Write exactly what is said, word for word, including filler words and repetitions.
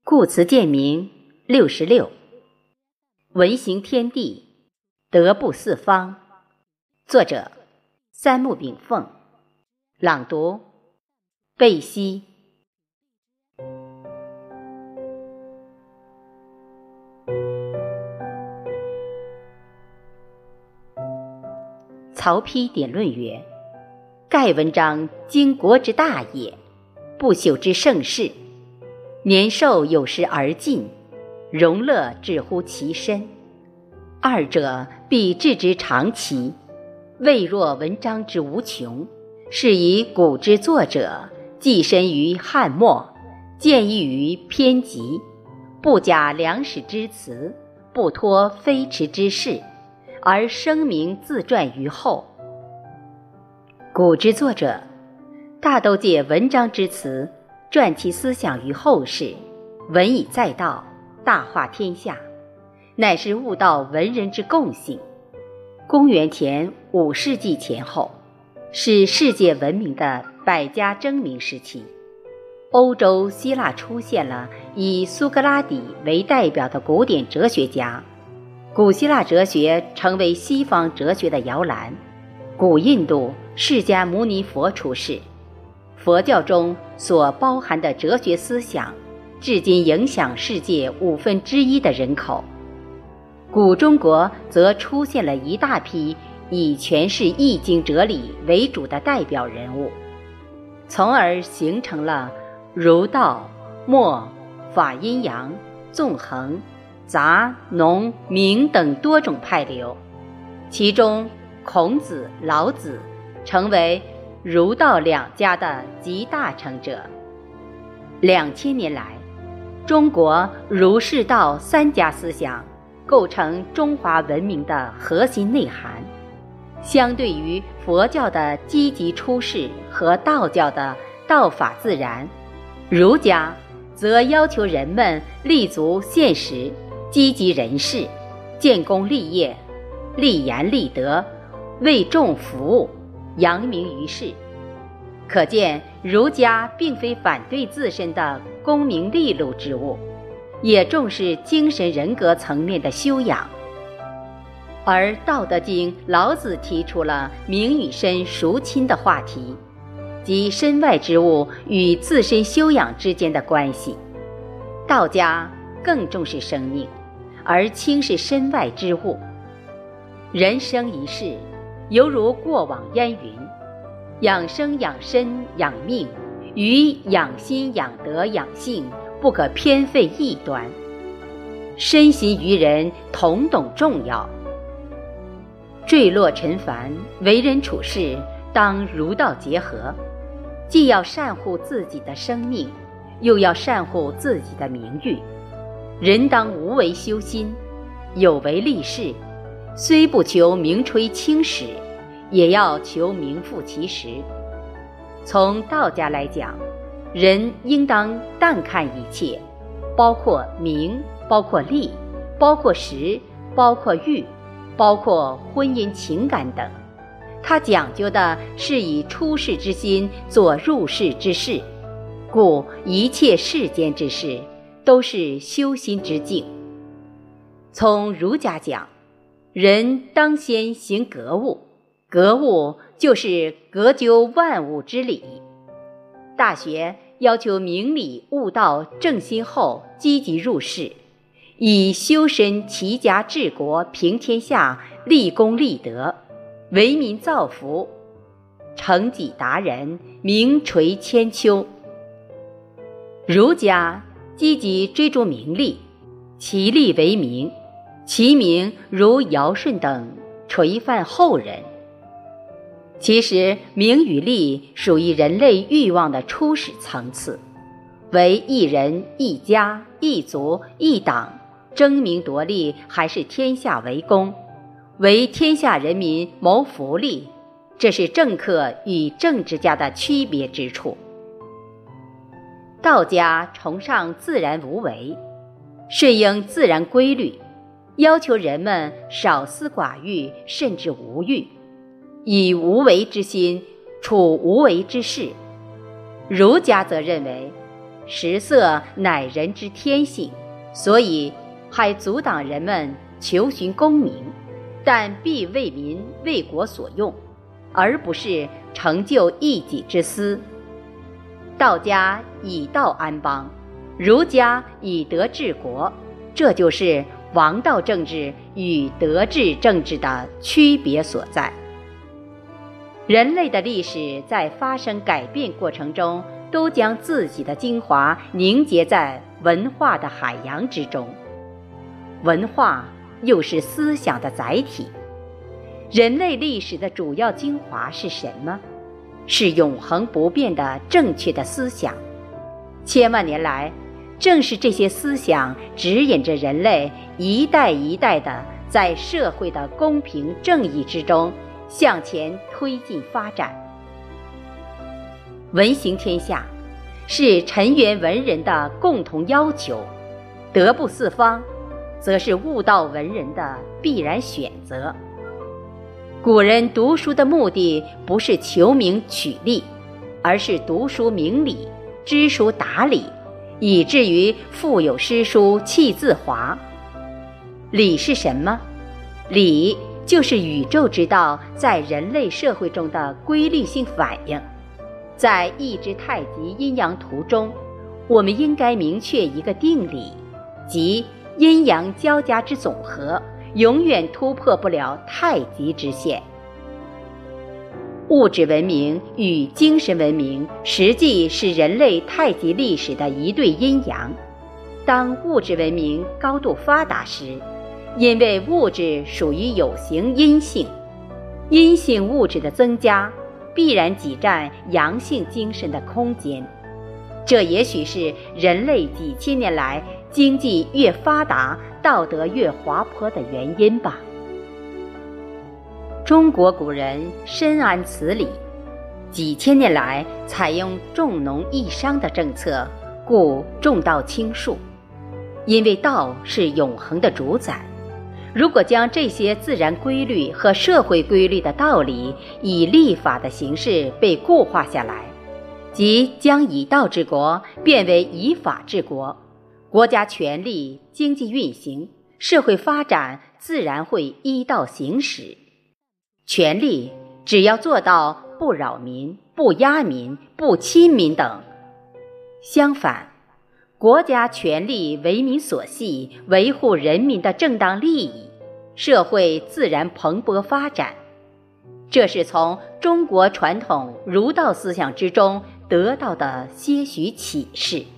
故辞鉴明六十六，文行天地，德布四方。作者三木炳凤，朗读贝西。曹丕典论曰：盖文章经国之大也，不朽之盛世，年寿有时而尽，荣乐至乎其身，二者必置之长期，未若文章之无穷，是以古之作者寄身于汉末，见异于偏急，不假良史之辞，不托非持之事，而声名自传于后。古之作者大都借文章之词传其思想于后世，文以载道，大化天下，乃是悟道文人之共性。公元前五世纪前后，是世界闻名的百家争鸣时期。欧洲希腊出现了以苏格拉底为代表的古典哲学家，古希腊哲学成为西方哲学的摇篮。古印度释迦牟尼佛出世，佛教中所包含的哲学思想至今影响世界五分之一的人口。古中国则出现了一大批以诠释易经哲理为主的代表人物，从而形成了儒道墨法阴阳纵横杂农明等多种派流，其中孔子老子成为儒道两家的集大成者。两千年来，中国儒释道三家思想构成中华文明的核心内涵，相对于佛教的积极出世和道教的道法自然，儒家则要求人们立足现实，积极人事，建功立业，立言立德，为众服务，扬名于世。可见儒家并非反对自身的功名利禄之物，也重视精神人格层面的修养。而《道德经》老子提出了名与身孰亲的话题，即身外之物与自身修养之间的关系。道家更重视生命，而轻视身外之物。人生一世，犹如过往烟云，养生养身养命，与养心养德养性不可偏废一端，身心于人同等重要。坠落尘凡，为人处事当儒道结合，既要善护自己的生命，又要善护自己的名誉。人当无为修心，有为立事，虽不求名垂青史，也要求名副其实。从道家来讲，人应当淡看一切，包括名，包括利，包括实，包括欲，包括婚姻情感等。他讲究的是以出世之心做入世之事，故一切世间之事都是修心之境。从儒家讲，人当先行格物，格物就是格究万物之理。大学要求明理悟道正心后积极入世，以修身齐家治国平天下立功立德，为民造福，成己达人，名垂千秋。儒家积极追逐名利，其利为名，其名如尧舜等垂范后人。其实名与利属于人类欲望的初始层次，为一人一家一族一党争名夺利，还是天下为公，为天下人民谋福利，这是政客与政治家的区别之处。道家崇尚自然无为，顺应自然规律，要求人们少思寡欲，甚至无欲，以无为之心处无为之事。儒家则认为食色乃人之天性，所以还阻挡人们求寻功名，但必为民为国所用，而不是成就一己之私。道家以道安邦，儒家以德治国，这就是王道政治与德治政治的区别所在。人类的历史在发生改变过程中，都将自己的精华凝结在文化的海洋之中。文化又是思想的载体。人类历史的主要精华是什么？是永恒不变的正确的思想。千万年来，正是这些思想指引着人类一代一代的在社会的公平正义之中向前推进发展。文行天下是尘缘文人的共同要求，德布四方则是悟道文人的必然选择。古人读书的目的不是求名取利，而是读书明理，知书达理，以至于腹有诗书气自华。理是什么？理就是宇宙之道在人类社会中的规律性反应。在一之太极阴阳图中，我们应该明确一个定理，即阴阳交加之总和永远突破不了太极之线。物质文明与精神文明实际是人类太极历史的一对阴阳。当物质文明高度发达时，因为物质属于有形阴性，阴性物质的增加必然挤占阳性精神的空间，这也许是人类几千年来经济越发达，道德越滑坡的原因吧。中国古人深谙此理，几千年来采用重农抑商的政策，故重道轻术。因为道是永恒的主宰，如果将这些自然规律和社会规律的道理以立法的形式被固化下来，即将以道治国变为以法治国，国家权力、经济运行、社会发展自然会依道行驶。权力只要做到不扰民、不压民、不侵民等。相反，国家权力为民所系，维护人民的正当利益，社会自然蓬勃发展。这是从中国传统儒道思想之中得到的些许启示。